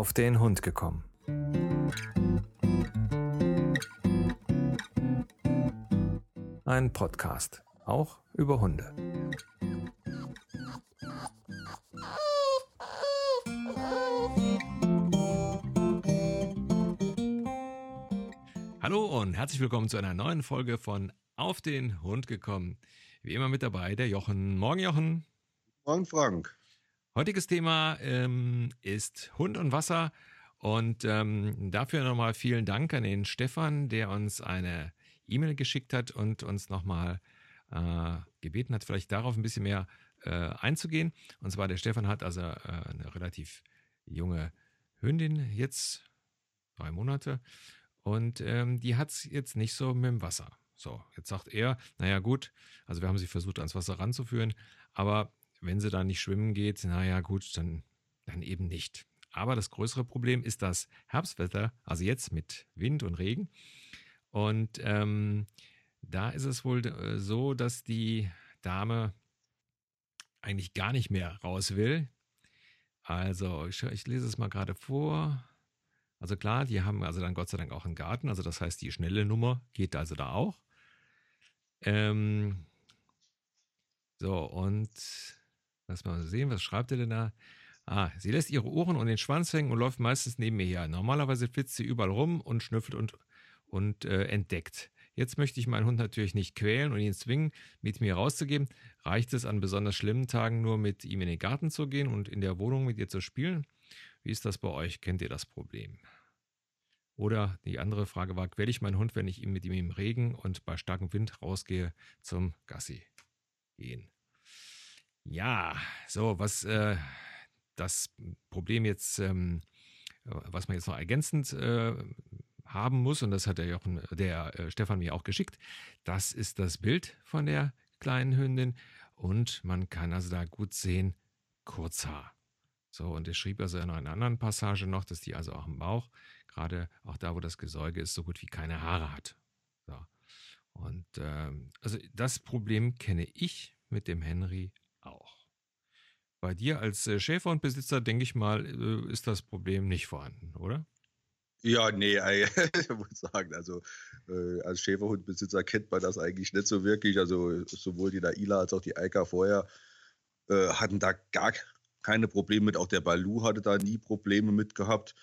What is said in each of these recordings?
auf den Hund gekommen. Ein Podcast, auch über Hunde. Hallo und herzlich willkommen zu einer neuen Folge von Auf den Hund gekommen. Wie immer mit dabei der Jochen. Morgen, Jochen. Morgen, Frank. Heutiges Thema ist Hund und Wasser und dafür nochmal vielen Dank an den Stefan, der uns eine E-Mail geschickt hat und uns nochmal gebeten hat, vielleicht darauf ein bisschen mehr einzugehen. Und zwar der Stefan hat also eine relativ junge Hündin, jetzt 3 Monate, und die hat es jetzt nicht so mit dem Wasser. So, jetzt sagt er, naja gut, also wir haben sie versucht ans Wasser ranzuführen, aber wenn sie da nicht schwimmen geht, naja gut, dann eben nicht. Aber das größere Problem ist das Herbstwetter, also jetzt mit Wind und Regen. Und da ist es wohl so, dass die Dame eigentlich gar nicht mehr raus will. Also ich lese es mal gerade vor. Also klar, die haben also dann Gott sei Dank auch einen Garten. Also das heißt, die schnelle Nummer geht also da auch. So, und lass mal sehen, was schreibt er denn da? Sie lässt ihre Ohren und den Schwanz hängen und läuft meistens neben mir her. Normalerweise flitzt sie überall rum und schnüffelt und entdeckt. Jetzt möchte ich meinen Hund natürlich nicht quälen und ihn zwingen, mit mir rauszugehen. Reicht es an besonders schlimmen Tagen nur mit ihm in den Garten zu gehen und in der Wohnung mit ihr zu spielen? Wie ist das bei euch? Kennt ihr das Problem? Oder die andere Frage war, quäle ich meinen Hund, wenn ich mit ihm im Regen und bei starkem Wind rausgehe zum Gassi gehen? Ja, so, was das Problem jetzt, was man jetzt noch ergänzend haben muss, und das hat der Stefan mir auch geschickt, das ist das Bild von der kleinen Hündin und man kann also da gut sehen, Kurzhaar. So, und er schrieb also in einer anderen Passage noch, dass die also auch im Bauch, gerade auch da, wo das Gesäuge ist, so gut wie keine Haare hat. So. Und also das Problem kenne ich mit dem Henry auch. Bei dir als Schäferhundbesitzer, denke ich mal, ist das Problem nicht vorhanden, oder? Ja, nee, ich muss sagen, also als Schäferhundbesitzer kennt man das eigentlich nicht so wirklich. Also sowohl die Naila als auch die Eika vorher hatten da gar keine Probleme mit. Auch der Balu hatte da nie Probleme mit gehabt.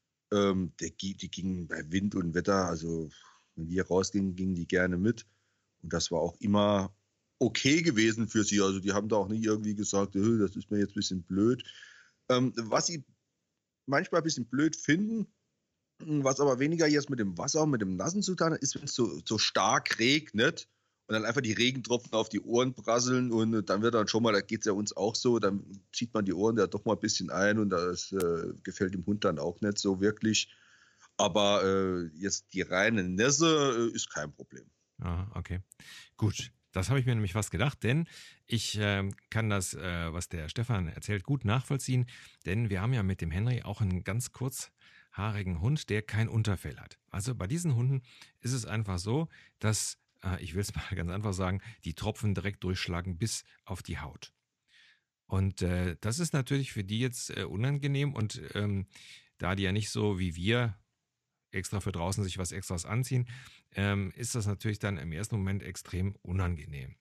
Die gingen bei Wind und Wetter, also wenn wir rausgingen, gingen die gerne mit. Und das war auch immer okay gewesen für sie. Also die haben da auch nie irgendwie gesagt, das ist mir jetzt ein bisschen blöd. Was sie manchmal ein bisschen blöd finden, was aber weniger jetzt mit dem Wasser und mit dem Nassen zu tun hat, ist, wenn es so stark regnet und dann einfach die Regentropfen auf die Ohren prasseln und dann wird dann schon mal, da geht es ja uns auch so, dann zieht man die Ohren ja doch mal ein bisschen ein und das gefällt dem Hund dann auch nicht so wirklich. Aber jetzt die reine Nässe ist kein Problem. Ah, okay. Gut. Das habe ich mir nämlich fast gedacht, denn ich kann das, was der Stefan erzählt, gut nachvollziehen, denn wir haben ja mit dem Henry auch einen ganz kurzhaarigen Hund, der kein Unterfell hat. Also bei diesen Hunden ist es einfach so, dass, ich will es mal ganz einfach sagen, die Tropfen direkt durchschlagen bis auf die Haut. Und das ist natürlich für die jetzt unangenehm und da die ja nicht so wie wir extra für draußen sich was Extras anziehen, ist das natürlich dann im ersten Moment extrem unangenehm.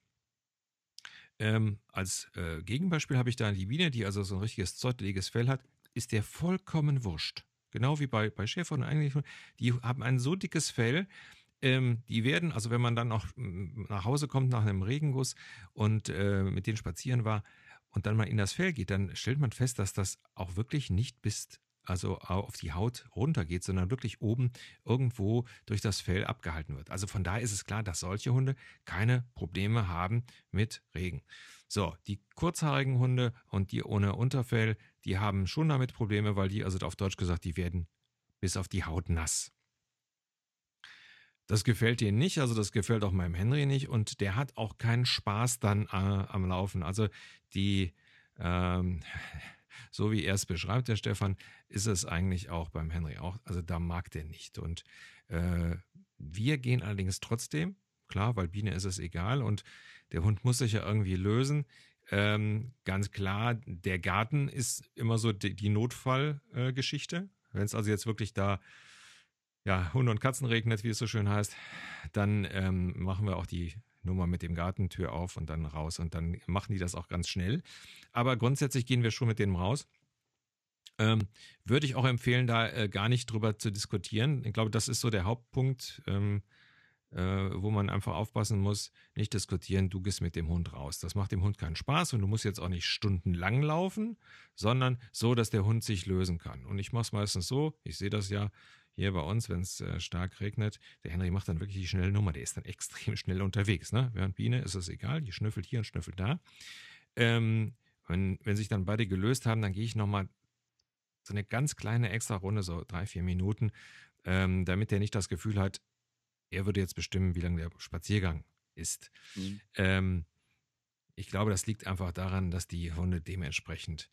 Als Gegenbeispiel habe ich da die Biene, die also so ein richtiges zotteliges Fell hat, ist der vollkommen wurscht. Genau wie bei Schäfern eigentlich. Die haben ein so dickes Fell, die werden, also wenn man dann auch nach Hause kommt nach einem Regenguss und mit denen spazieren war und dann mal in das Fell geht, dann stellt man fest, dass das auch wirklich nicht also auf die Haut runtergeht, sondern wirklich oben irgendwo durch das Fell abgehalten wird. Also von daher ist es klar, dass solche Hunde keine Probleme haben mit Regen. So, die kurzhaarigen Hunde und die ohne Unterfell, die haben schon damit Probleme, weil die, also auf Deutsch gesagt, die werden bis auf die Haut nass. Das gefällt denen nicht, also das gefällt auch meinem Henry nicht und der hat auch keinen Spaß dann am Laufen. Also die so wie er es beschreibt, der Stefan, ist es eigentlich auch beim Henry auch. Also da mag der nicht. Und wir gehen allerdings trotzdem, klar, weil Biene ist es egal und der Hund muss sich ja irgendwie lösen. Ganz klar, der Garten ist immer so die Notfallgeschichte. Wenn es also jetzt wirklich da Hunde und Katzen regnet, wie es so schön heißt, dann machen wir auch die Nummer mit dem Gartentür auf und dann raus. Und dann machen die das auch ganz schnell. Aber grundsätzlich gehen wir schon mit denen raus. Würde ich auch empfehlen, da gar nicht drüber zu diskutieren. Ich glaube, das ist so der Hauptpunkt, wo man einfach aufpassen muss, nicht diskutieren, du gehst mit dem Hund raus. Das macht dem Hund keinen Spaß und du musst jetzt auch nicht stundenlang laufen, sondern so, dass der Hund sich lösen kann. Und ich mache es meistens so, ich sehe das ja hier bei uns, wenn es stark regnet, der Henry macht dann wirklich die schnelle Nummer, der ist dann extrem schnell unterwegs. Ne? Während Biene ist es egal, die schnüffelt hier und schnüffelt da. Wenn sich dann beide gelöst haben, dann gehe ich nochmal so eine ganz kleine extra Runde, so 3-4 Minuten, damit der nicht das Gefühl hat, er würde jetzt bestimmen, wie lang der Spaziergang ist. Mhm. Ich glaube, das liegt einfach daran, dass die Hunde dementsprechend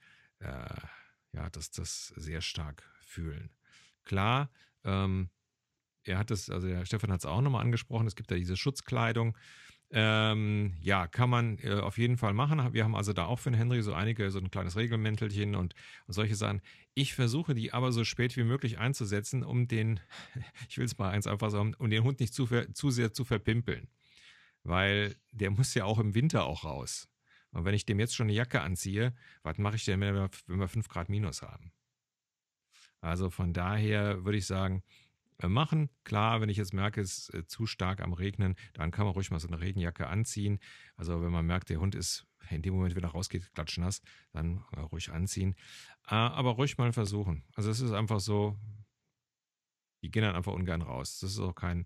das sehr stark fühlen. Klar, der Stefan hat es auch nochmal angesprochen, es gibt da diese Schutzkleidung. Kann man auf jeden Fall machen. Wir haben also da auch für den Henry so ein kleines Regelmäntelchen und solche Sachen. Ich versuche die aber so spät wie möglich einzusetzen, ich will es mal einfach sagen, um den Hund nicht zu sehr zu verpimpeln. Weil der muss ja auch im Winter auch raus. Und wenn ich dem jetzt schon eine Jacke anziehe, was mache ich denn, wenn wir 5 Grad minus haben? Also von daher würde ich sagen, machen. Klar, wenn ich jetzt merke, es ist zu stark am Regnen, dann kann man ruhig mal so eine Regenjacke anziehen. Also wenn man merkt, der Hund ist in dem Moment, wenn er rausgeht, klatschnass, dann ruhig anziehen. Aber ruhig mal versuchen. Also es ist einfach so, die gehen dann einfach ungern raus. Das ist auch kein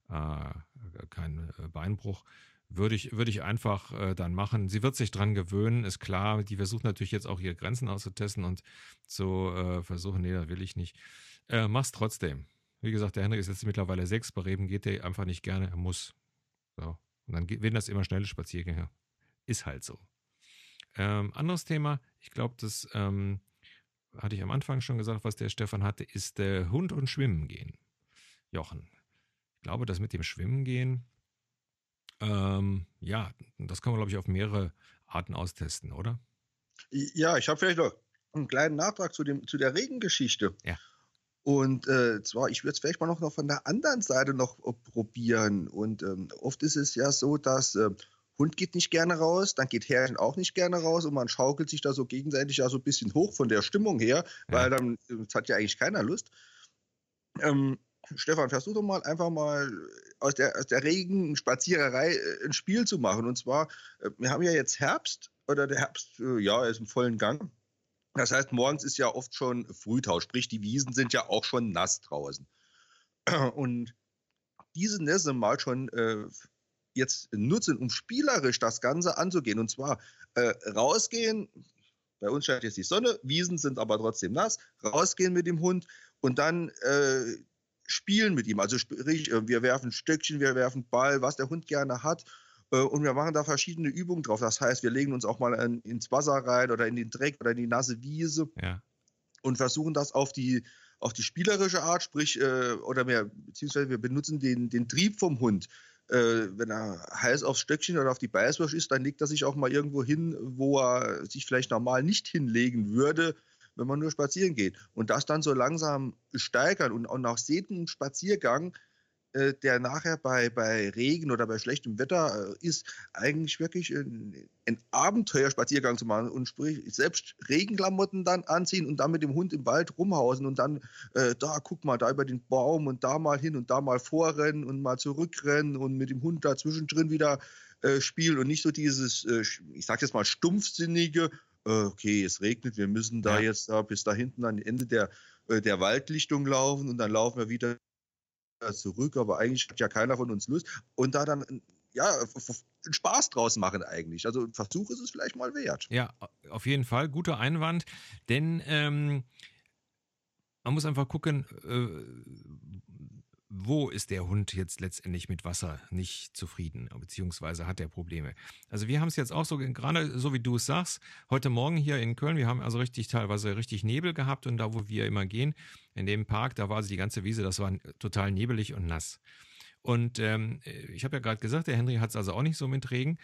Beinbruch. Würde ich einfach dann machen. Sie wird sich dran gewöhnen, ist klar. Die versucht natürlich jetzt auch ihre Grenzen auszutesten und zu versuchen, nee, das will ich nicht. Mach's trotzdem. Wie gesagt, der Henry ist jetzt mittlerweile 6, bei Reben geht der einfach nicht gerne, er muss. So. Und dann werden das immer schnelle Spaziergänge. Ist halt so. Anderes Thema, ich glaube, das hatte ich am Anfang schon gesagt, was der Stefan hatte, ist Hund und Schwimmen gehen. Jochen, ich glaube, das mit dem Schwimmen gehen, das kann man, glaube ich, auf mehrere Arten austesten, oder? Ja, ich habe vielleicht noch einen kleinen Nachtrag zu der Regengeschichte. Ja. Und zwar, ich würde es vielleicht mal noch von der anderen Seite noch probieren. Und oft ist es ja so, dass Hund geht nicht gerne raus, dann geht Herrchen auch nicht gerne raus und man schaukelt sich da so gegenseitig ja so ein bisschen hoch von der Stimmung her, weil dann das hat ja eigentlich keiner Lust. Stefan, versuch doch mal einfach mal aus der Regenspaziererei ein Spiel zu machen. Und zwar, wir haben ja jetzt Herbst oder der Herbst ist im vollen Gang. Das heißt, morgens ist ja oft schon Frühtau, sprich die Wiesen sind ja auch schon nass draußen. Und diese Nässe mal schon jetzt nutzen, um spielerisch das Ganze anzugehen. Und zwar rausgehen, bei uns scheint jetzt die Sonne, Wiesen sind aber trotzdem nass, rausgehen mit dem Hund und dann spielen mit ihm. Also sprich, wir werfen Stöckchen, wir werfen Ball, was der Hund gerne hat. Und wir machen da verschiedene Übungen drauf. Das heißt, wir legen uns auch mal ins Wasser rein oder in den Dreck oder in die nasse Wiese und versuchen das auf die spielerische Art, sprich, beziehungsweise wir benutzen den Trieb vom Hund. Wenn er heiß aufs Stöckchen oder auf die Beißwurst ist, dann legt er sich auch mal irgendwo hin, wo er sich vielleicht normal nicht hinlegen würde, wenn man nur spazieren geht. Und das dann so langsam steigern und nach jedem Spaziergang, der nachher bei Regen oder bei schlechtem Wetter ist, eigentlich wirklich ein Abenteuerspaziergang zu machen und sprich selbst Regenklamotten dann anziehen und dann mit dem Hund im Wald rumhausen und dann guck mal, da über den Baum und da mal hin und da mal vorrennen und mal zurückrennen und mit dem Hund da zwischendrin wieder spielen und nicht so dieses, ich sag jetzt mal stumpfsinnige, okay, es regnet, wir müssen da jetzt bis da hinten an Ende der Waldlichtung laufen und dann laufen wir wieder zurück, aber eigentlich hat ja keiner von uns Lust und da dann einen Spaß draus machen eigentlich. Also ein Versuch ist es vielleicht mal wert. Ja, auf jeden Fall, guter Einwand, denn man muss einfach gucken, wo ist der Hund jetzt letztendlich mit Wasser nicht zufrieden, beziehungsweise hat er Probleme. Also wir haben es jetzt auch so, gerade so wie du es sagst, heute Morgen hier in Köln, wir haben also teilweise richtig Nebel gehabt und da, wo wir immer gehen, in dem Park, da war also die ganze Wiese, das war total nebelig und nass. Und ich habe ja gerade gesagt, der Henry hat es also auch nicht so mit Regen.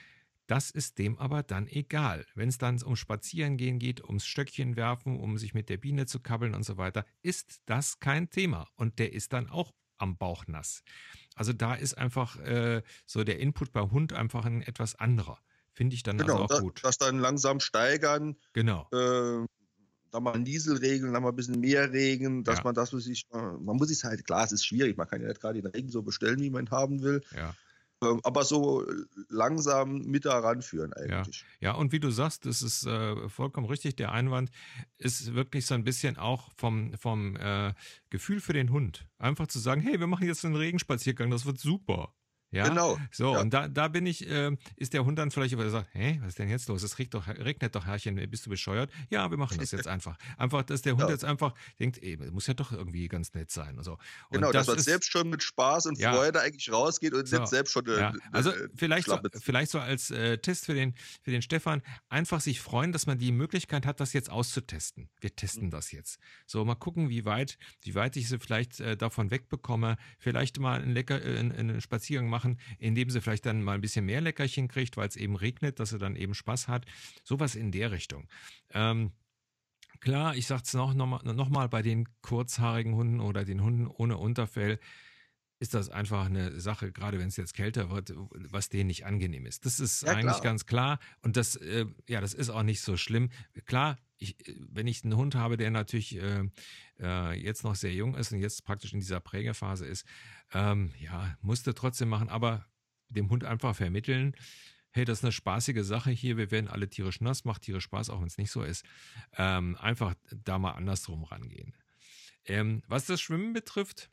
Das ist dem aber dann egal. Wenn es dann ums Spazierengehen geht, ums Stöckchen werfen, um sich mit der Biene zu kabbeln und so weiter, ist das kein Thema. Und der ist dann auch am Bauch nass. Also da ist einfach so der Input beim Hund einfach ein etwas anderer. Finde ich dann also Genau, auch gut. das dann langsam steigern, Genau. da mal Nieselregeln, dann mal ein bisschen mehr Regen, dass Ja. man das, man muss es halt, klar, es ist schwierig, man kann ja nicht gerade den Regen so bestellen, wie man ihn haben will, Ja. aber so langsam mit da ranführen Ja. eigentlich. Ja, und wie du sagst, das ist vollkommen richtig. Der Einwand ist wirklich so ein bisschen auch vom Gefühl für den Hund. Einfach zu sagen, hey, wir machen jetzt einen Regenspaziergang, das wird super. Ja, Genau. so, Ja. und da bin ich, ist der Hund dann vielleicht, weil er sagt, hä, was ist denn jetzt los? Es regnet doch, Herrchen, bist du bescheuert? Ja, wir machen das jetzt einfach. Einfach, dass der Hund Ja. jetzt einfach denkt, ey, muss ja doch irgendwie ganz nett sein und so. Und Genau, das dass man ist, selbst schon mit Spaß und Ja. Freude eigentlich rausgeht und So, nicht selbst schon ja. Also vielleicht Schlappe zieht. so als Test für den Stefan, einfach sich freuen, dass man die Möglichkeit hat, das jetzt auszutesten. Wir testen das jetzt. So, mal gucken, wie weit ich sie vielleicht davon wegbekomme. Vielleicht mal einen Spaziergang machen, indem sie vielleicht dann mal ein bisschen mehr Leckerchen kriegt, weil es eben regnet, dass sie dann eben Spaß hat. Sowas in der Richtung. Klar, ich sag's noch mal bei den kurzhaarigen Hunden oder den Hunden ohne Unterfell, ist das einfach eine Sache, gerade wenn es jetzt kälter wird, was denen nicht angenehm ist. Das ist Ja, eigentlich klar. ganz klar und das, das ist auch nicht so schlimm. Klar, wenn ich einen Hund habe, der natürlich jetzt noch sehr jung ist und jetzt praktisch in dieser Prägephase ist, musste trotzdem machen, aber dem Hund einfach vermitteln, hey, das ist eine spaßige Sache hier, wir werden alle tierisch nass, macht tierisch Spaß, auch wenn es nicht so ist. Einfach da mal andersrum rangehen. Was das Schwimmen betrifft,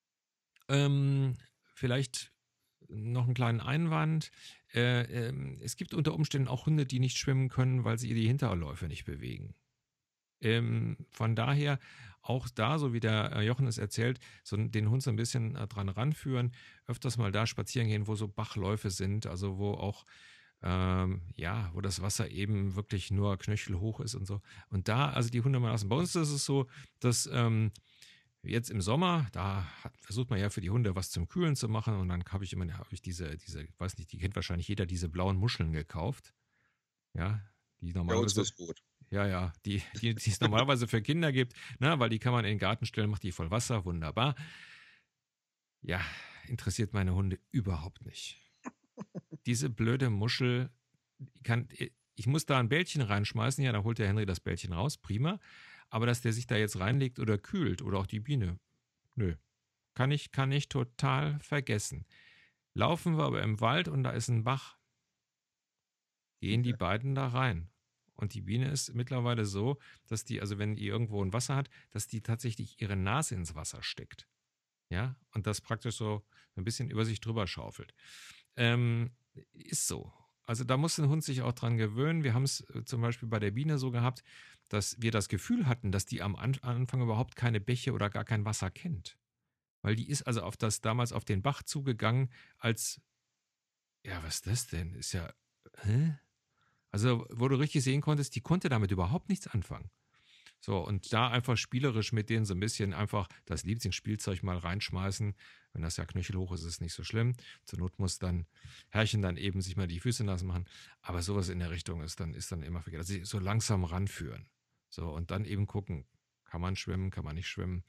vielleicht noch einen kleinen Einwand. Es gibt unter Umständen auch Hunde, die nicht schwimmen können, weil sie die Hinterläufe nicht bewegen. Von daher auch da, so wie der Jochen es erzählt, so den Hund so ein bisschen dran ranführen, öfters mal da spazieren gehen, wo so Bachläufe sind, also wo auch wo das Wasser eben wirklich nur knöchelhoch ist und so. Und da, also die Hunde mal lassen. Bei uns ist es so, dass jetzt im Sommer, versucht man ja für die Hunde was zum Kühlen zu machen und dann habe ich diese, weiß nicht, die kennt wahrscheinlich jeder, diese blauen Muscheln gekauft. Ja, die normalerweise. Ja, rot. Ja, die es normalerweise für Kinder gibt, weil die kann man in den Garten stellen, macht die voll Wasser, wunderbar. Ja, interessiert meine Hunde überhaupt nicht. Diese blöde Muschel, ich muss da ein Bällchen reinschmeißen, ja, dann holt der Henry das Bällchen raus, prima. Aber dass der sich da jetzt reinlegt oder kühlt oder auch die Biene, nö, kann ich total vergessen. Laufen wir aber im Wald und da ist ein Bach, gehen die beiden da rein. Und die Biene ist mittlerweile so, dass die, also wenn die irgendwo ein Wasser hat, dass die tatsächlich ihre Nase ins Wasser steckt. Ja, und das praktisch so ein bisschen über sich drüber schaufelt. Ist so. Also da muss ein Hund sich auch dran gewöhnen. Wir haben es zum Beispiel bei der Biene so gehabt, dass wir das Gefühl hatten, dass die am Anfang überhaupt keine Bäche oder gar kein Wasser kennt. Weil die ist also damals auf den Bach zugegangen als, ja, was ist das denn? Ist ja, hä? Also, wo du richtig sehen konntest, die konnte damit überhaupt nichts anfangen. So, und da einfach spielerisch mit denen so ein bisschen einfach das Lieblingsspielzeug mal reinschmeißen. Wenn das ja knöchelhoch ist, ist es nicht so schlimm. Zur Not muss dann Herrchen dann eben sich mal die Füße nass machen. Aber sowas in der Richtung ist dann immer verkehrt. Also so langsam ranführen. So, und dann eben gucken, kann man schwimmen, kann man nicht schwimmen.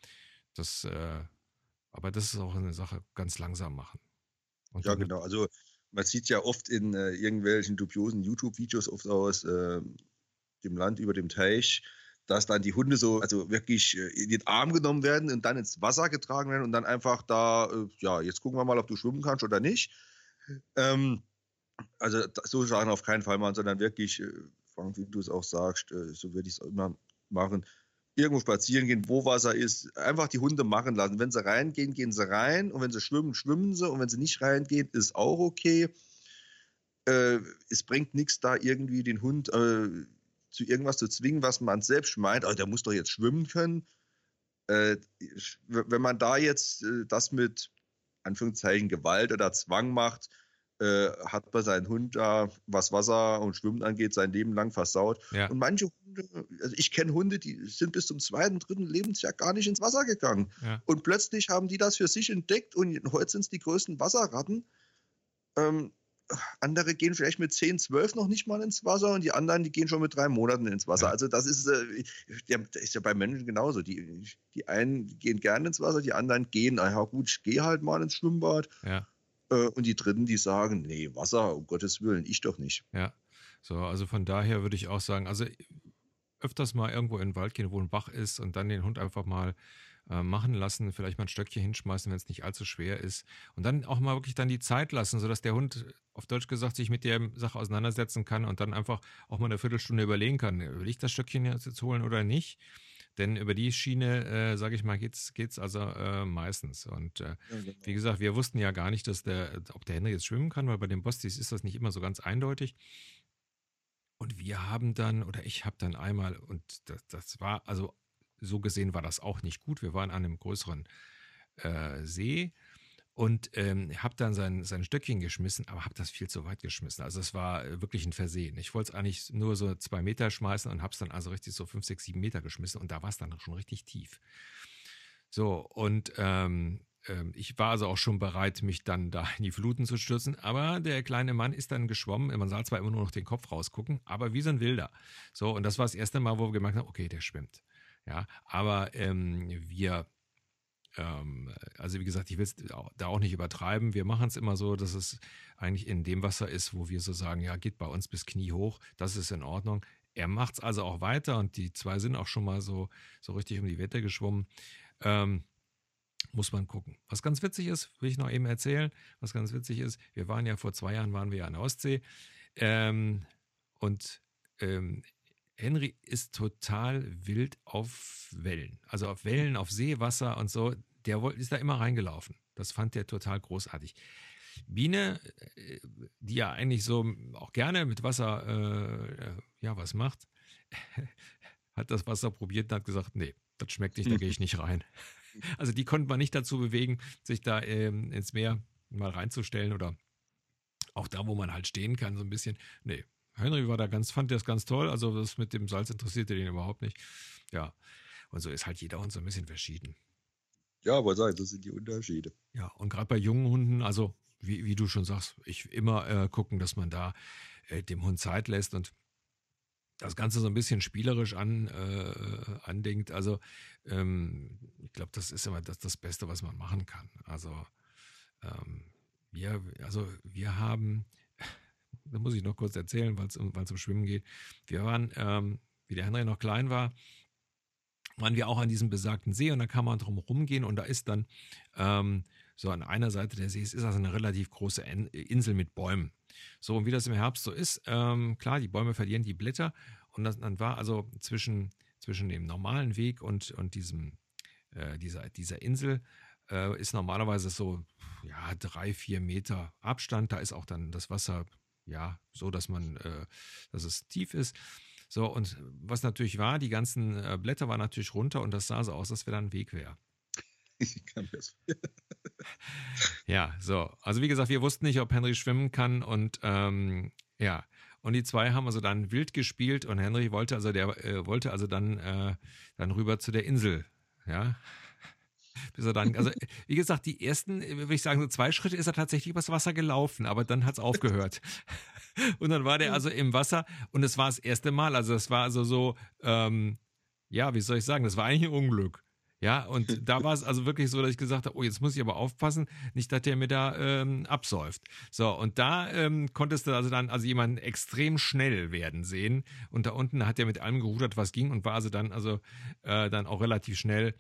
Aber das ist auch eine Sache, ganz langsam machen. Und ja, genau. Also man sieht ja oft in irgendwelchen dubiosen YouTube-Videos oft aus dem Land über dem Teich, dass dann die Hunde so, also wirklich in den Arm genommen werden und dann ins Wasser getragen werden und dann einfach da, jetzt gucken wir mal, ob du schwimmen kannst oder nicht. Also so Sachen auf keinen Fall machen, sondern wirklich, Frank, wie du es auch sagst, so würde ich es immer machen. Irgendwo spazieren gehen, wo Wasser ist, einfach die Hunde machen lassen. Wenn sie reingehen, gehen sie rein und wenn sie schwimmen, schwimmen sie und wenn sie nicht reingehen, ist auch okay. Es bringt nichts da irgendwie den Hund zu irgendwas zu zwingen, was man selbst meint, der muss doch jetzt schwimmen können. Wenn man da jetzt das mit Anführungszeichen Gewalt oder Zwang macht, hat man seinen Hund da, was Wasser und Schwimmen angeht, sein Leben lang versaut. Ja. Und manche Hunde, also ich kenne Hunde, die sind bis zum 2., 3. Lebensjahr gar nicht ins Wasser gegangen. Ja. Und plötzlich haben die das für sich entdeckt und heute sind es die größten Wasserratten. andere gehen vielleicht mit 10, 12 noch nicht mal ins Wasser und die anderen, die gehen schon mit 3 Monaten ins Wasser. Ja. Also das ist, das ist ja bei Menschen genauso. Die einen gehen gerne ins Wasser, die anderen gehen, naja gut, ich gehe halt mal ins Schwimmbad. Ja. Und die Dritten, die sagen, nee, Wasser, um Gottes Willen, ich doch nicht. Ja. So, also von daher würde ich auch sagen, also öfters mal irgendwo in den Wald gehen, wo ein Bach ist und dann den Hund einfach mal machen lassen, vielleicht mal ein Stöckchen hinschmeißen, wenn es nicht allzu schwer ist. Und dann auch mal wirklich dann die Zeit lassen, sodass der Hund, auf Deutsch gesagt, sich mit der Sache auseinandersetzen kann und dann einfach auch mal eine Viertelstunde überlegen kann, will ich das Stöckchen jetzt holen oder nicht? Denn über die Schiene, sage ich mal, geht's also meistens. Und Ja, genau. wie gesagt, wir wussten ja gar nicht, ob der Henry jetzt schwimmen kann, weil bei den Bostis ist das nicht immer so ganz eindeutig. Und wir haben dann, oder ich habe dann einmal, und das war, also so gesehen war das auch nicht gut. Wir waren an einem größeren See und habe dann sein Stöckchen geschmissen, aber habe das viel zu weit geschmissen. Also es war wirklich ein Versehen. Ich wollte es eigentlich nur so 2 Meter schmeißen und habe es dann also richtig so 5, 6, 7 Meter geschmissen und da war es dann schon richtig tief. So, und ich war also auch schon bereit, mich dann da in die Fluten zu stürzen, aber der kleine Mann ist dann geschwommen. Man sah zwar immer nur noch den Kopf rausgucken, aber wie so ein Wilder. So, und das war das erste Mal, wo wir gemerkt haben, okay, der schwimmt. Ja, aber also wie gesagt, ich will es da auch nicht übertreiben. Wir machen es immer so, dass es eigentlich in dem Wasser ist, wo wir so sagen, ja, geht bei uns bis Knie hoch, das ist in Ordnung. Er macht es also auch weiter und die zwei sind auch schon mal so richtig um die Wette geschwommen. Muss man gucken. Was ganz witzig ist, will ich noch eben erzählen, was ganz witzig ist, wir waren ja vor 2 Jahren waren wir ja an der Ostsee und Henry ist total wild auf Wellen. Also auf Wellen, auf Seewasser und so. Der ist da immer reingelaufen. Das fand der total großartig. Biene, die ja eigentlich so auch gerne mit Wasser was macht, hat das Wasser probiert und hat gesagt, nee, das schmeckt nicht, da gehe ich nicht rein. Also die konnte man nicht dazu bewegen, sich da ins Meer mal reinzustellen oder auch da, wo man halt stehen kann, so ein bisschen. Nee, Henry war da fand das ganz toll. Also das mit dem Salz interessierte den überhaupt nicht. Ja, und so ist halt jeder Hund so ein bisschen verschieden. Ja, aber sagen, das sind die Unterschiede. Ja, und gerade bei jungen Hunden, also wie du schon sagst, ich immer gucken, dass man da dem Hund Zeit lässt und das Ganze so ein bisschen spielerisch andenkt. Also ich glaube, das ist immer das Beste, was man machen kann. Also wir haben, da muss ich noch kurz erzählen, weil es um Schwimmen geht. Wir waren, wie der Henry noch klein war, waren wir auch an diesem besagten See und da kann man drum rumgehen und da ist dann so an einer Seite der See, es ist also eine relativ große Insel mit Bäumen. So, und wie das im Herbst so ist, klar, die Bäume verlieren die Blätter und dann war also zwischen dem normalen Weg und dieser Insel ist normalerweise so 3, 4 Meter Abstand. Da ist auch dann das Wasser so, dass es tief ist. So, und was natürlich war, die ganzen Blätter waren natürlich runter und das sah so aus, als wäre da ein Weg wäre. Ich kann das. Ja, so. Also wie gesagt, wir wussten nicht, ob Henry schwimmen kann und und die zwei haben also dann wild gespielt und Henry wollte also dann rüber zu der Insel, ja. Bis er dann, also wie gesagt, die ersten, würde ich sagen, so 2 Schritte ist er tatsächlich übers Wasser gelaufen, aber dann hat es aufgehört. Und dann war der also im Wasser und es war das erste Mal, also das war also so, wie soll ich sagen, das war eigentlich ein Unglück. Ja, und da war es also wirklich so, dass ich gesagt habe, oh, jetzt muss ich aber aufpassen, nicht, dass der mir da absäuft. So, und da konntest du also dann jemanden extrem schnell werden sehen. Und da unten hat er mit allem gerudert, was ging und war also dann auch relativ schnell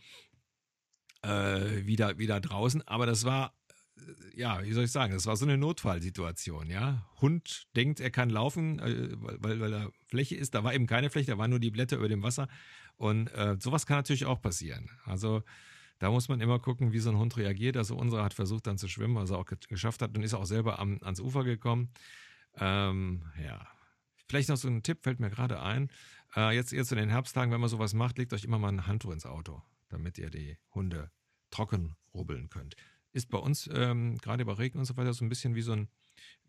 wieder draußen. Aber das war, wie soll ich sagen, das war so eine Notfallsituation, ja. Hund denkt, er kann laufen, weil da Fläche ist. Da war eben keine Fläche, da waren nur die Blätter über dem Wasser. Und sowas kann natürlich auch passieren. Also da muss man immer gucken, wie so ein Hund reagiert. Also unserer hat versucht dann zu schwimmen, was er auch geschafft hat und ist auch selber ans Ufer gekommen. Vielleicht noch so ein Tipp, fällt mir gerade ein. Jetzt in den Herbsttagen, wenn man sowas macht, legt euch immer mal ein Handtuch ins Auto, damit ihr die Hunde trocken rubbeln könnt. Ist bei uns gerade bei Regen und so weiter so ein bisschen wie so ein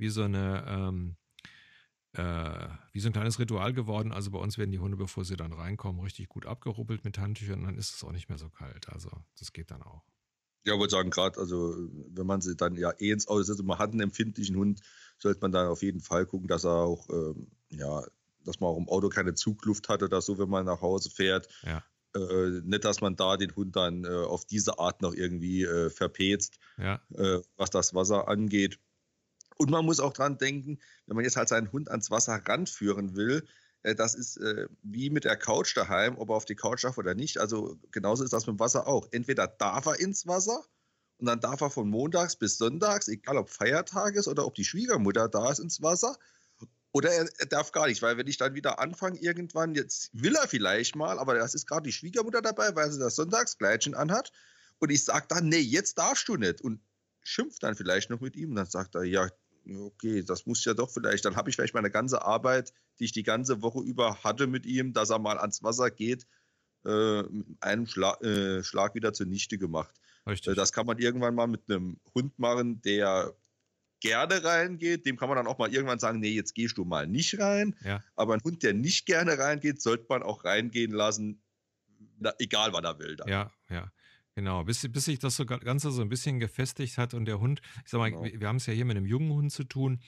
kleines Ritual geworden. Also bei uns werden die Hunde, bevor sie dann reinkommen, richtig gut abgerubbelt mit Handtüchern und dann ist es auch nicht mehr so kalt. Also das geht dann auch. Ja, ich wollte sagen, gerade, also wenn man sie dann ja ins Auto setzt und man hat einen empfindlichen Hund, sollte man dann auf jeden Fall gucken, dass er auch, ja, dass man auch im Auto keine Zugluft hat oder so, wenn man nach Hause fährt. Ja, Nicht, dass man da den Hund dann auf diese Art noch irgendwie verpetzt, ja, was das Wasser angeht. Und man muss auch dran denken, wenn man jetzt halt seinen Hund ans Wasser ranführen will, das ist wie mit der Couch daheim, ob er auf die Couch darf oder nicht. Also genauso ist das mit dem Wasser auch. Entweder darf er ins Wasser und dann darf er von montags bis sonntags, egal ob Feiertag ist oder ob die Schwiegermutter da ist, ins Wasser. Oder er darf gar nicht, weil wenn ich dann wieder anfange irgendwann, jetzt will er vielleicht mal, aber das ist gerade die Schwiegermutter dabei, weil sie das Sonntagskleidchen anhat. Und ich sage dann, nee, jetzt darfst du nicht. Und schimpft dann vielleicht noch mit ihm. Und dann sagt er, ja, okay, das muss ja doch vielleicht. Dann habe ich vielleicht meine ganze Arbeit, die ich die ganze Woche über hatte mit ihm, dass er mal ans Wasser geht, mit einem Schlag wieder zunichte gemacht. richtig. Das kann man irgendwann mal mit einem Hund machen, der gerne reingeht, dem kann man dann auch mal irgendwann sagen, nee, jetzt gehst du mal nicht rein. Ja, Aber ein Hund, der nicht gerne reingeht, sollte man auch reingehen lassen, egal wann er will dann. ja, ja. Genau, bis sich das so Ganze so ein bisschen gefestigt hat und der Hund, ich sag mal, Genau. wir haben es ja hier mit einem jungen Hund zu tun,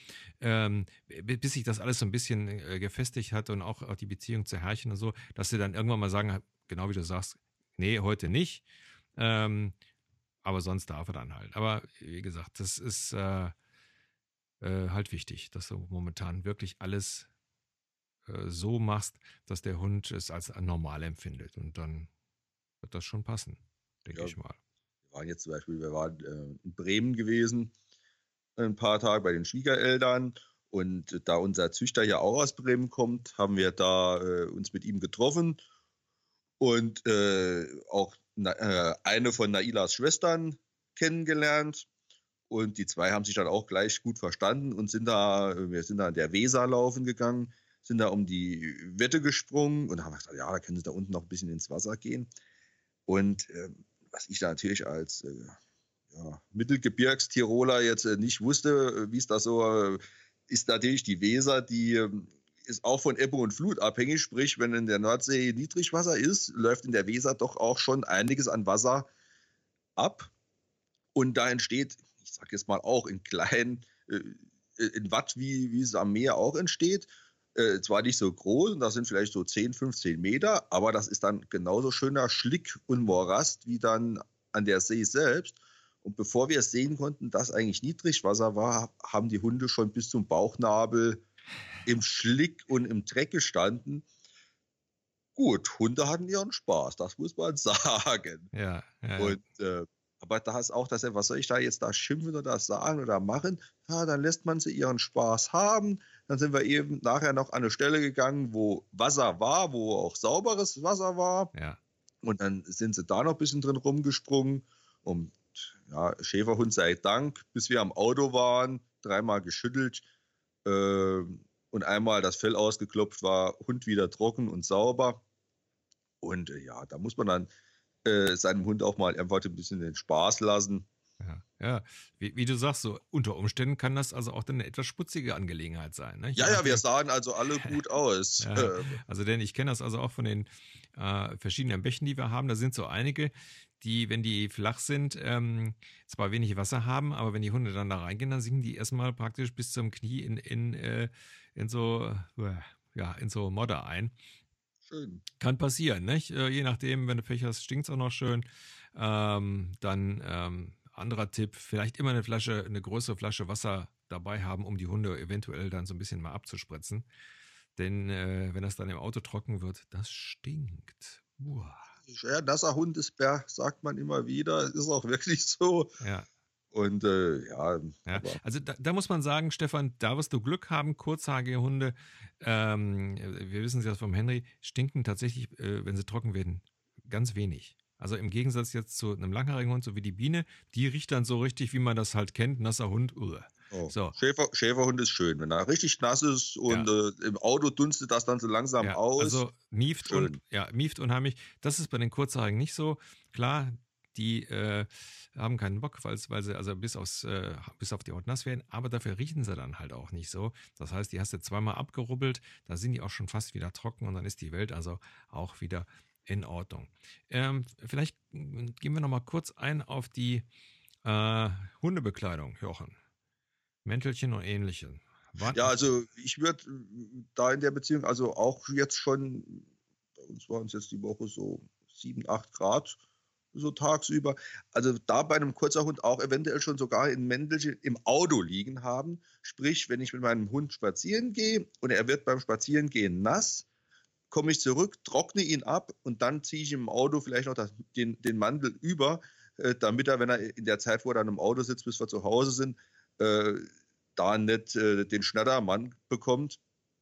bis sich das alles so ein bisschen gefestigt hat und auch die Beziehung zu Herrchen und so, dass sie dann irgendwann mal sagen, genau wie du sagst, nee, heute nicht, ähm, aber sonst darf er dann halt. Aber wie gesagt, das ist halt wichtig, dass du momentan wirklich alles so machst, dass der Hund es als normal empfindet und dann wird das schon passen, denke Ja, ich mal. wir waren in Bremen gewesen, ein paar Tage bei den Schwiegereltern. Und da unser Züchter ja auch aus Bremen kommt, haben wir da uns mit ihm getroffen. Und auch eine von Nailas Schwestern kennengelernt. Und die zwei haben sich dann auch gleich gut verstanden und wir sind da an der Weser laufen gegangen, sind da um die Wette gesprungen und haben gesagt, ja, da können sie da unten noch ein bisschen ins Wasser gehen. Und was ich da natürlich als ja, Mittelgebirgstiroler jetzt nicht wusste, wie es da so ist, natürlich die Weser, die ist auch von Ebbe und Flut abhängig. Sprich, wenn in der Nordsee Niedrigwasser ist, läuft in der Weser doch auch schon einiges an Wasser ab. Und da entsteht, ich sage jetzt mal auch in kleinen, in Watt, wie es am Meer auch entsteht. Zwar nicht so groß, und das sind vielleicht so 10, 15 Meter, aber das ist dann genauso schöner Schlick und Morast wie dann an der See selbst. Und bevor wir es sehen konnten, dass eigentlich Niedrigwasser war, haben die Hunde schon bis zum Bauchnabel im Schlick und im Dreck gestanden. Gut, Hunde hatten ihren Spaß, das muss man sagen. Ja, ja, ja. Und aber da ist auch das, was soll ich da jetzt da schimpfen oder sagen oder machen? Ja, dann lässt man sie ihren Spaß haben. Dann sind wir eben nachher noch an eine Stelle gegangen, wo Wasser war, wo auch sauberes Wasser war. Ja, Und dann sind sie da noch ein bisschen drin rumgesprungen. Und ja, Schäferhund sei Dank, bis wir am Auto waren, dreimal geschüttelt und einmal das Fell ausgeklopft, war Hund wieder trocken und sauber. Und ja, da muss man dann seinem Hund auch mal einfach ein bisschen den Spaß lassen. ja, ja. Wie du sagst, so unter Umständen kann das also auch dann eine etwas schmutzige Angelegenheit sein, ne? Je Ja, ja, wir nachdem. sahen also alle gut aus. Ja, also denn ich kenne das also auch von den verschiedenen Bächen, die wir haben. Da sind so einige, die, wenn die flach sind, zwar wenig Wasser haben, aber wenn die Hunde dann da reingehen, dann sinken die erstmal praktisch bis zum Knie in so, ja, in so Modder ein. Schön. Kann passieren, nicht? Je nachdem, wenn du Pech hast, stinkt es auch noch schön. Dann anderer Tipp, vielleicht immer eine größere Flasche Wasser dabei haben, um die Hunde eventuell dann so ein bisschen mal abzuspritzen. Denn wenn das dann im Auto trocken wird, das stinkt. Uah. Ja, nasser Hund ist Bär, sagt man immer wieder. Ist auch wirklich so. Ja, Und ja, ja. aber Also da muss man sagen, Stefan, da wirst du Glück haben. Kurzhaarige Hunde, wir wissen es ja vom Henry, stinken tatsächlich, wenn sie trocken werden, ganz wenig. Also im Gegensatz jetzt zu einem langhaarigen Hund, so wie die Biene, die riecht dann so richtig, wie man das halt kennt, nasser Hund. oh. So, Schäferhund ist schön. Wenn er richtig nass ist und ja. im Auto dunstet das dann so langsam Ja, aus. also mieft Schön. mieft unheimlich. Das ist bei den Kurzhaarigen nicht so. Klar, die haben keinen Bock, weil sie also bis auf die Haut nass werden, aber dafür riechen sie dann halt auch nicht so. Das heißt, die hast du zweimal abgerubbelt, da sind die auch schon fast wieder trocken und dann ist die Welt also auch wieder In Ordnung. Vielleicht gehen wir noch mal kurz ein auf die Hundebekleidung, Jochen. Mäntelchen und Ähnliches. Ja, also ich würde da in der Beziehung, also auch jetzt schon, bei uns waren es jetzt die Woche so 7, 8 Grad so tagsüber. Also da bei einem Kurzerhund auch eventuell schon sogar ein Mäntelchen im Auto liegen haben. Sprich, wenn ich mit meinem Hund spazieren gehe und er wird beim Spazierengehen nass, komme ich zurück, trockne ihn ab und dann ziehe ich im Auto vielleicht noch den Mantel über, damit er, wenn er in der Zeit, wo er dann im Auto sitzt, bis wir zu Hause sind, da nicht den Schnattermann bekommt.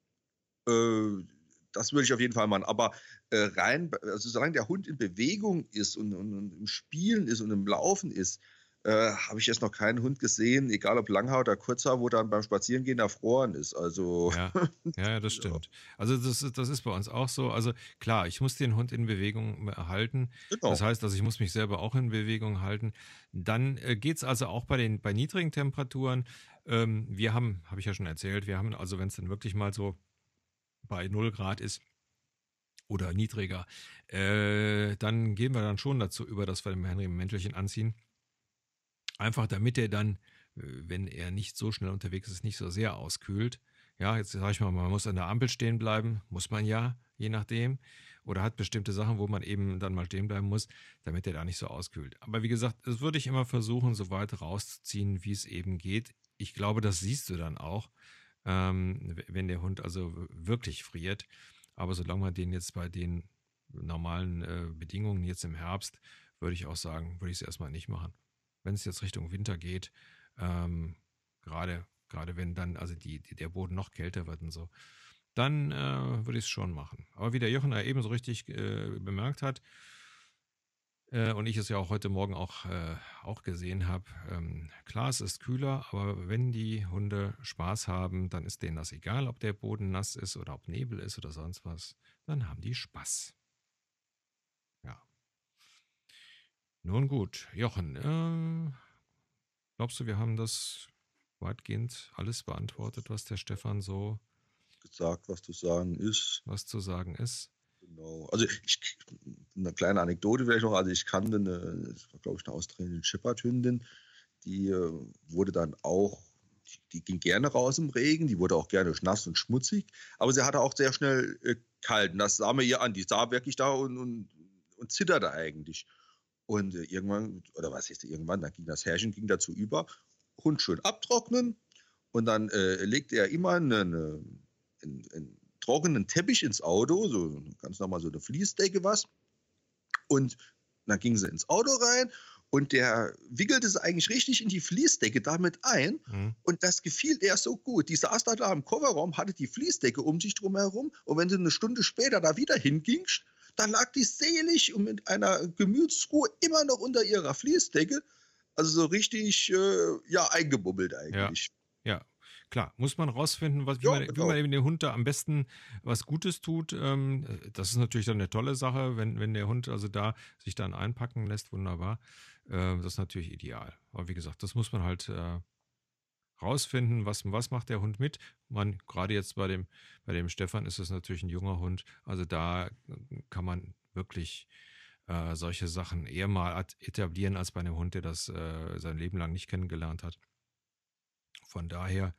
Das würde ich auf jeden Fall machen. Aber also solange der Hund in Bewegung ist und im Spielen ist und im Laufen ist, habe ich jetzt noch keinen Hund gesehen, egal ob Langhaar oder Kurzhaar, wo dann beim Spazierengehen erfroren ist. Also ja, das stimmt. Also das ist bei uns auch so. Also klar, ich muss den Hund in Bewegung halten. Genau. Das heißt, also ich muss mich selber auch in Bewegung halten. Dann geht es also auch bei niedrigen Temperaturen. Wir haben, habe ich ja schon erzählt, wir haben also, wenn es dann wirklich mal so bei 0 Grad ist oder niedriger, dann gehen wir dann schon dazu über, dass wir dem Henry ein Mäntelchen anziehen. Einfach damit er dann, wenn er nicht so schnell unterwegs ist, nicht so sehr auskühlt. Ja, jetzt sage ich mal, man muss an der Ampel stehen bleiben, muss man ja, je nachdem. Oder hat bestimmte Sachen, wo man eben dann mal stehen bleiben muss, damit er da nicht so auskühlt. Aber wie gesagt, das würde ich immer versuchen, so weit rauszuziehen, wie es eben geht. Ich glaube, das siehst du dann auch, wenn der Hund also wirklich friert. Aber solange man den jetzt bei den normalen Bedingungen jetzt im Herbst, würde ich auch sagen, würde ich es erstmal nicht machen. Wenn es jetzt Richtung Winter geht, gerade wenn dann also der Boden noch kälter wird und so, dann würde ich es schon machen. Aber wie der Jochen ja eben so richtig bemerkt hat, und ich es ja auch heute Morgen auch gesehen habe, klar, es ist kühler, aber wenn die Hunde Spaß haben, dann ist denen das egal, ob der Boden nass ist oder ob Nebel ist oder sonst was, dann haben die Spaß. Ja. Nun gut, Jochen, glaubst du, wir haben das weitgehend alles beantwortet, was der Stefan so gesagt, was zu sagen ist. Genau. Also eine kleine Anekdote vielleicht noch. Also ich kannte das war glaube ich eine australische Shepherd-Hündin, die wurde dann auch, die ging gerne raus im Regen, die wurde auch gerne nass und schmutzig, aber sie hatte auch sehr schnell kalt. Und das sah mir ihr an. Die sah wirklich da und zitterte eigentlich. Und irgendwann, oder was ist irgendwann, dann ging das Herrchen dazu über, Hund schön abtrocknen und dann legte er immer einen trockenen Teppich ins Auto, so ganz normal so eine Fließdecke was. Und dann ging sie ins Auto rein und der wickelte sie eigentlich richtig in die Fließdecke damit ein. Mhm. Und das gefiel der so gut. Die saß da im Kofferraum, hatte die Fließdecke um sich drum herum. Und wenn du eine Stunde später da wieder hingingst, dann lag die selig und mit einer Gemütsruhe immer noch unter ihrer Fließdecke. Also so richtig eingebummelt eigentlich. Ja. Klar, muss man rausfinden, wie man eben dem Hund da am besten was Gutes tut. Das ist natürlich dann eine tolle Sache, wenn der Hund also da sich dann einpacken lässt, wunderbar. Das ist natürlich ideal. Aber wie gesagt, das muss man halt rausfinden, was macht der Hund mit. Gerade jetzt bei dem Stefan ist es natürlich ein junger Hund. Also da kann man wirklich solche Sachen eher mal etablieren als bei einem Hund, der das sein Leben lang nicht kennengelernt hat. Von daher,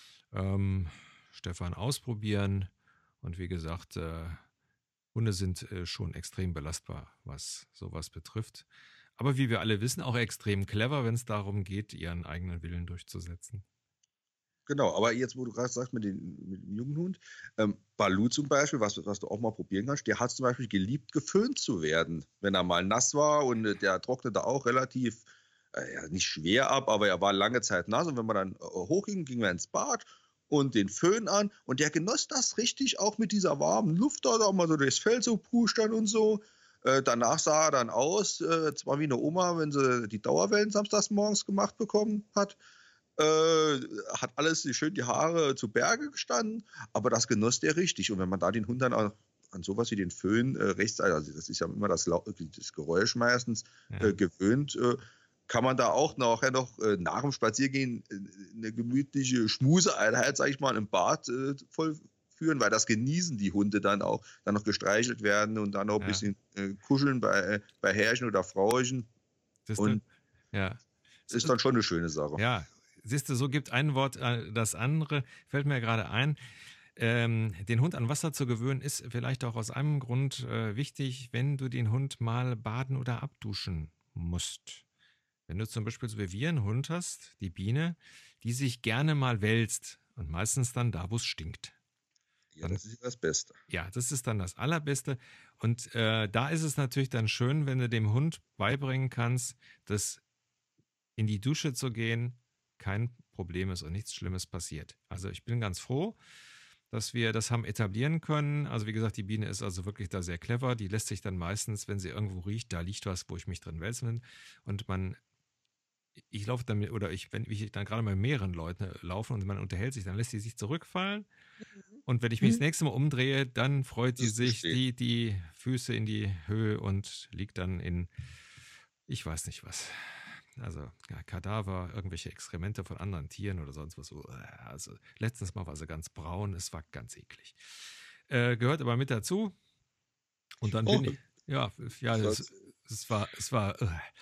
Stefan, ausprobieren. Und wie gesagt, Hunde sind schon extrem belastbar, was sowas betrifft. Aber wie wir alle wissen, auch extrem clever, wenn es darum geht, ihren eigenen Willen durchzusetzen. Genau, aber jetzt, wo du gerade sagst mit dem jungen Hund, Balu zum Beispiel, was du auch mal probieren kannst, der hat zum Beispiel geliebt, geföhnt zu werden, wenn er mal nass war und der trocknete auch relativ, nicht schwer ab, aber er war lange Zeit nass und wenn man dann hochging, gingen wir ins Bad und den Föhn an und der genoss das richtig, auch mit dieser warmen Luft da auch mal so durchs Fell so pustern und so. Danach sah er dann aus, zwar wie eine Oma, wenn sie die Dauerwellen samstags morgens gemacht bekommen hat, hat alles schön die Haare zu Berge gestanden, aber das genoss der richtig. Und wenn man da den Hund dann auch an sowas wie den Föhn rechtzeitig, also das ist ja immer das Geräusch meistens, gewöhnt, kann man da auch nachher noch nach dem Spaziergehen eine gemütliche Schmuseeinheit, sag ich mal, im Bad führen, weil das genießen die Hunde dann auch, dann noch gestreichelt werden und dann noch ein bisschen kuscheln bei Herrchen oder Frauchen. Siehste? Ja. Ist dann schon eine schöne Sache. Ja, siehst du, so gibt ein Wort das andere, fällt mir gerade ein. Den Hund an Wasser zu gewöhnen, ist vielleicht auch aus einem Grund wichtig, wenn du den Hund mal baden oder abduschen musst. Wenn du zum Beispiel so wie wir einen Hund hast, die Biene, die sich gerne mal wälzt und meistens dann da, wo es stinkt. Ja, das ist das Beste. Ja, das ist dann das Allerbeste. Und da ist es natürlich dann schön, wenn du dem Hund beibringen kannst, dass in die Dusche zu gehen kein Problem ist und nichts Schlimmes passiert. Also ich bin ganz froh, dass wir das haben etablieren können. Also wie gesagt, die Biene ist also wirklich da sehr clever. Die lässt sich dann meistens, wenn sie irgendwo riecht, da liegt was, wo ich mich drin wälzen will. Und ich laufe dann, oder wenn ich dann gerade mit mehreren Leuten laufe und man unterhält sich, dann lässt sie sich zurückfallen. Und wenn ich mich das nächste Mal umdrehe, dann freut sie sich die Füße in die Höhe und liegt dann in, ich weiß nicht was. Also Kadaver, irgendwelche Exkremente von anderen Tieren oder sonst was. Also letztens mal war sie ganz braun, es war ganz eklig. Gehört aber mit dazu. Und dann bin ich, es war,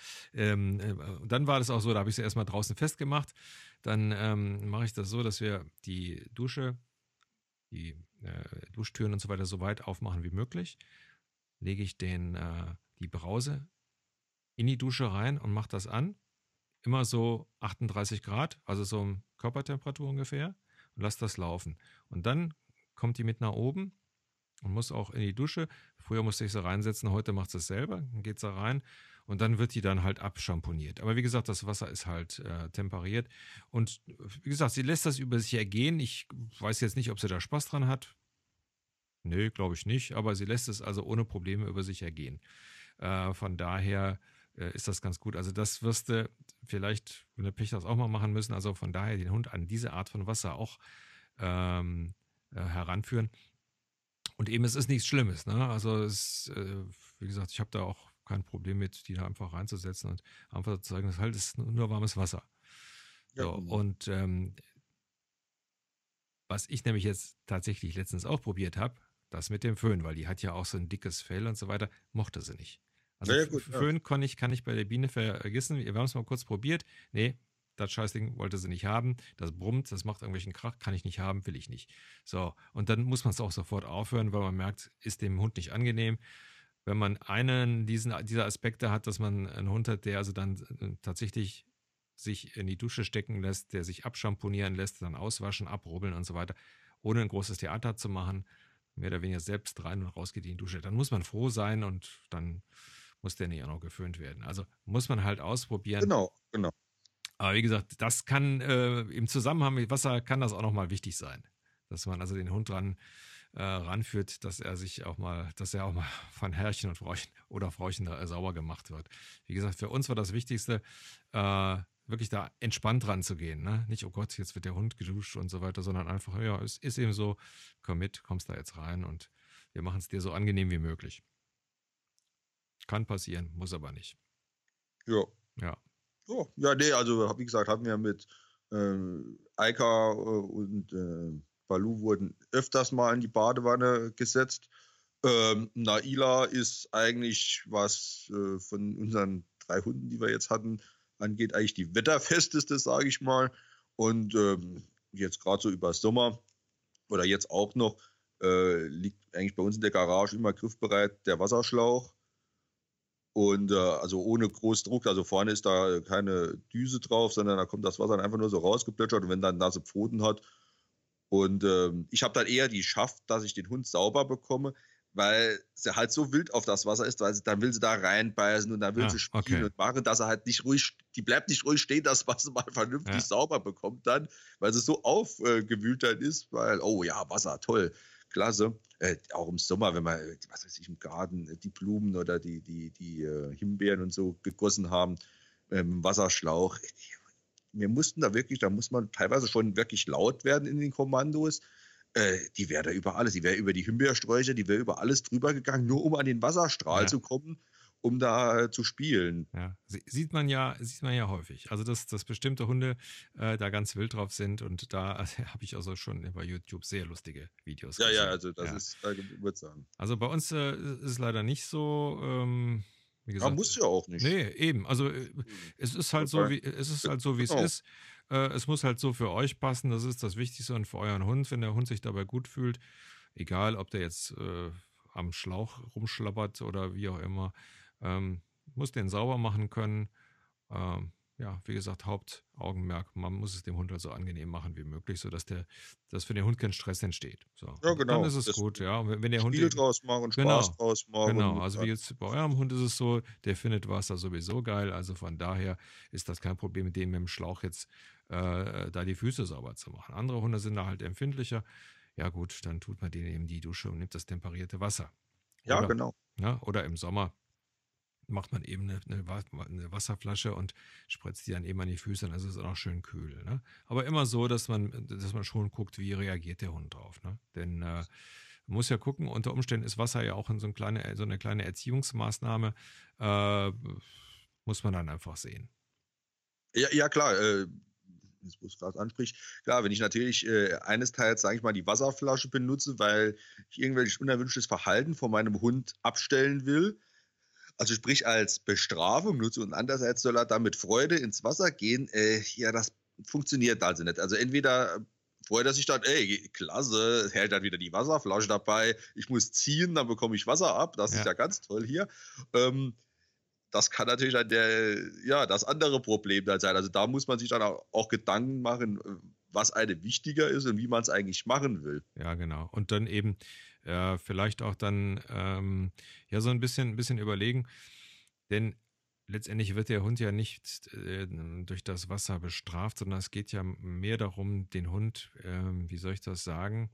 und dann war das auch so, da habe ich sie erstmal draußen festgemacht. Dann mache ich das so, dass wir die Dusche, die Duschtüren und so weiter so weit aufmachen wie möglich. Lege ich die Brause in die Dusche rein und mache das an. Immer so 38 Grad, also so Körpertemperatur ungefähr, und lasse das laufen. Und dann kommt die mit nach oben und muss auch in die Dusche. Früher musste ich sie reinsetzen, heute macht sie es selber. Dann geht sie rein und dann wird die dann halt abschamponiert. Aber wie gesagt, das Wasser ist halt temperiert. Und wie gesagt, sie lässt das über sich ergehen. Ich weiß jetzt nicht, ob sie da Spaß dran hat. Nö, glaube ich nicht. Aber sie lässt es also ohne Probleme über sich ergehen. Von daher ist das ganz gut. Also das wirst du vielleicht, wenn du Pech hast, auch mal machen müssen. Also von daher den Hund an diese Art von Wasser auch heranführen. Und eben, es ist nichts Schlimmes. Ne? Also wie gesagt, ich habe da auch kein Problem mit, die da einfach reinzusetzen und einfach zu sagen, das halt ist nur warmes Wasser. So, und was ich nämlich jetzt tatsächlich letztens auch probiert habe, das mit dem Föhn, weil die hat ja auch so ein dickes Fell und so weiter, mochte sie nicht. Also Föhn kann ich bei der Biene vergessen. Wir haben es mal kurz probiert. Nee, das Scheißding wollte sie nicht haben. Das brummt, das macht irgendwelchen Krach, kann ich nicht haben, will ich nicht. So, und dann muss man es auch sofort aufhören, weil man merkt, ist dem Hund nicht angenehm. Wenn man dieser Aspekte hat, dass man einen Hund hat, der also dann tatsächlich sich in die Dusche stecken lässt, der sich abschamponieren lässt, dann auswaschen, abrubbeln und so weiter, ohne ein großes Theater zu machen, mehr oder weniger selbst rein und raus geht in die Dusche, dann muss man froh sein und dann muss der nicht auch noch geföhnt werden. Also muss man halt ausprobieren. Genau. Aber wie gesagt, das kann im Zusammenhang mit Wasser kann das auch nochmal wichtig sein. Dass man also den Hund ranführt, dass er auch mal von Herrchen und Frauchen oder Frauchen sauber gemacht wird. Wie gesagt, für uns war das Wichtigste, wirklich da entspannt ranzugehen. Ne? Nicht, oh Gott, jetzt wird der Hund geduscht und so weiter, sondern einfach, ja, es ist eben so, kommst da jetzt rein und wir machen es dir so angenehm wie möglich. Kann passieren, muss aber nicht. Ja. Ja, nee, also wie gesagt, haben wir mit Eika und Balu wurden öfters mal in die Badewanne gesetzt. Naila ist eigentlich, was von unseren 3 Hunden, die wir jetzt hatten, angeht, eigentlich die wetterfesteste, sage ich mal. Und jetzt gerade so über Sommer oder jetzt auch noch, liegt eigentlich bei uns in der Garage immer griffbereit der Wasserschlauch. Und also ohne groß Druck, also vorne ist da keine Düse drauf, sondern da kommt das Wasser dann einfach nur so rausgeplätschert und wenn dann nasse Pfoten hat. Und ich habe dann eher die Schaft, dass ich den Hund sauber bekomme, weil sie halt so wild auf das Wasser ist, weil dann will sie da reinbeißen und dann will sie spielen und machen, dass er halt nicht ruhig, die bleibt nicht ruhig stehen, dass man sie mal vernünftig sauber bekommt dann, weil sie so aufgewühlt dann ist, weil, oh ja, Wasser, toll. Klasse. Auch im Sommer, wenn man, was weiß ich, im Garten die Blumen oder die Himbeeren und so gegossen haben, im Wasserschlauch. Wir mussten da muss man teilweise schon wirklich laut werden in den Kommandos. Die wäre da über alles. Die wäre über die Himbeersträucher, die wäre über alles drüber gegangen, nur um an den Wasserstrahl zu kommen. um da zu spielen. Ja, sieht man ja häufig. Also, dass bestimmte Hunde da ganz wild drauf sind und da habe ich also schon bei YouTube sehr lustige Videos Ja, ja, gesehen. also das Ja. ist, würde sagen. Also bei uns ist es leider nicht so, wie Ja, gesagt, muss ja auch nicht. nee, eben. Also es ist halt so, wie es Genau. ist. Es muss halt so für euch passen, das ist das Wichtigste und für euren Hund, wenn der Hund sich dabei gut fühlt, egal ob der jetzt am Schlauch rumschlappert oder wie auch immer, muss den sauber machen können. Ja, wie gesagt, Hauptaugenmerk, man muss es dem Hund halt so angenehm machen wie möglich, sodass dass für den Hund kein Stress entsteht. So. Ja, Und dann genau. ist es Das gut, ja. Und wenn der Hund Spiel draus machen, Spaß genau, draus machen. genau. Also wie jetzt bei eurem Hund ist es so, der findet Wasser sowieso geil. Also von daher ist das kein Problem, mit dem mit dem Schlauch jetzt da die Füße sauber zu machen. Andere Hunde sind da halt empfindlicher. Ja gut, dann tut man denen eben die Dusche und nimmt das temperierte Wasser. Ja, Oder, genau. ja, oder im Sommer macht man eben eine Wasserflasche und spritzt die dann eben an die Füße, dann ist es auch schön kühl. Ne? Aber immer so, dass man schon guckt, wie reagiert der Hund drauf. Ne? Denn man muss ja gucken, unter Umständen ist Wasser ja auch so eine kleine Erziehungsmaßnahme, muss man dann einfach sehen. Ja, ja klar, jetzt, wo es gerade anspricht, klar, wenn ich natürlich eines Teils, sage ich mal, die Wasserflasche benutze, weil ich irgendwelches unerwünschtes Verhalten von meinem Hund abstellen will, also sprich als Bestrafung nutze und andererseits soll er dann mit Freude ins Wasser gehen, ja, das funktioniert also nicht. Also entweder freut er sich dann, ey, klasse, hält dann wieder die Wasserflasche dabei, ich muss ziehen, dann bekomme ich Wasser ab, das ist ja ganz toll hier. Das kann natürlich dann das andere Problem dann sein. Also da muss man sich dann auch Gedanken machen, was einem wichtiger ist und wie man es eigentlich machen will. Ja, genau. Und dann eben vielleicht auch dann so ein bisschen überlegen, denn letztendlich wird der Hund ja nicht durch das Wasser bestraft, sondern es geht ja mehr darum, den Hund, wie soll ich das sagen,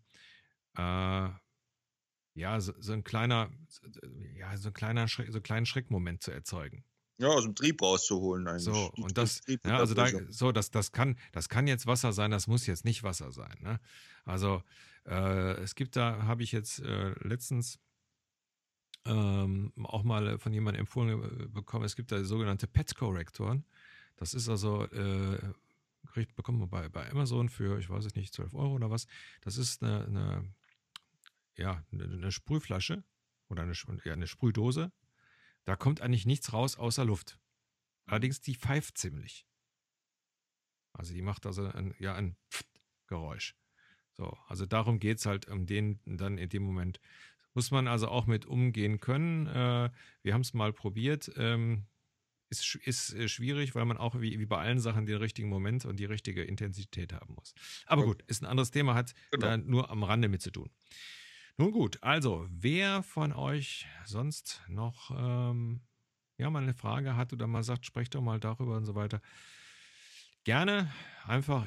so ein kleiner, so einen kleinen Schreckmoment zu erzeugen. Ja, aus dem Trieb rauszuholen eigentlich. So, und das kann jetzt Wasser sein, das muss jetzt nicht Wasser sein. Ne? Also habe ich jetzt letztens auch mal von jemandem empfohlen bekommen, es gibt da sogenannte Pet-Korrektoren. Das ist also, bekommt man bei Amazon für, ich weiß es nicht, 12 Euro oder was. Das ist eine Sprühflasche oder eine Sprühdose. Da kommt eigentlich nichts raus außer Luft. Allerdings die pfeift ziemlich. Also die macht also ein Geräusch. So, also darum geht es halt den dann in dem Moment. Muss man also auch mit umgehen können. Wir haben es mal probiert. Ist schwierig, weil man auch wie bei allen Sachen den richtigen Moment und die richtige Intensität haben muss. Aber gut, ist ein anderes Thema, hat da nur am Rande mit zu tun. Nun gut, also wer von euch sonst noch mal eine Frage hat oder mal sagt, sprecht doch mal darüber und so weiter, gerne einfach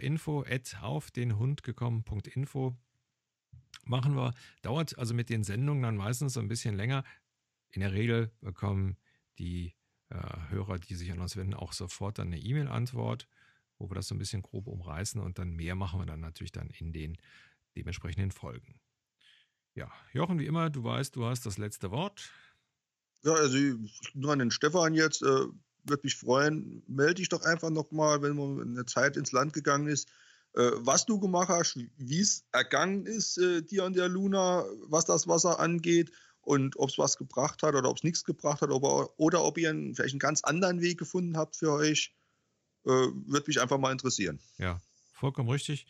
info@aufdenhundgekommen.info machen wir. Dauert also mit den Sendungen dann meistens so ein bisschen länger. In der Regel bekommen die Hörer, die sich an uns wenden, auch sofort dann eine E-Mail-Antwort, wo wir das so ein bisschen grob umreißen und dann mehr machen wir dann natürlich dann in den dementsprechenden Folgen. Ja, Jochen, wie immer, du weißt, du hast das letzte Wort. Ja, also nur an den Stefan jetzt, würde mich freuen, melde dich doch einfach nochmal, wenn man eine Zeit ins Land gegangen ist, was du gemacht hast, wie es ergangen ist dir an der Luna, was das Wasser angeht und ob es was gebracht hat oder ob es nichts gebracht hat oder ob ihr vielleicht einen ganz anderen Weg gefunden habt für euch, würde mich einfach mal interessieren. Ja, vollkommen richtig.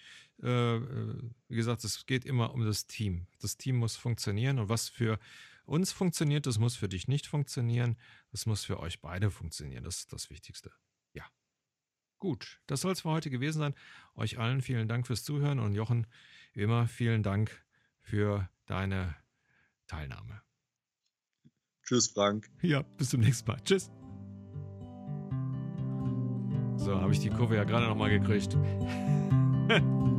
Wie gesagt, es geht immer um das Team. Das Team muss funktionieren und was für uns funktioniert, das muss für dich nicht funktionieren. Das muss für euch beide funktionieren. Das ist das Wichtigste. Ja. Gut, das soll es für heute gewesen sein. Euch allen vielen Dank fürs Zuhören und Jochen, wie immer, vielen Dank für deine Teilnahme. Tschüss, Frank. Ja, bis zum nächsten Mal. Tschüss. So, habe ich die Kurve ja gerade nochmal gekriegt.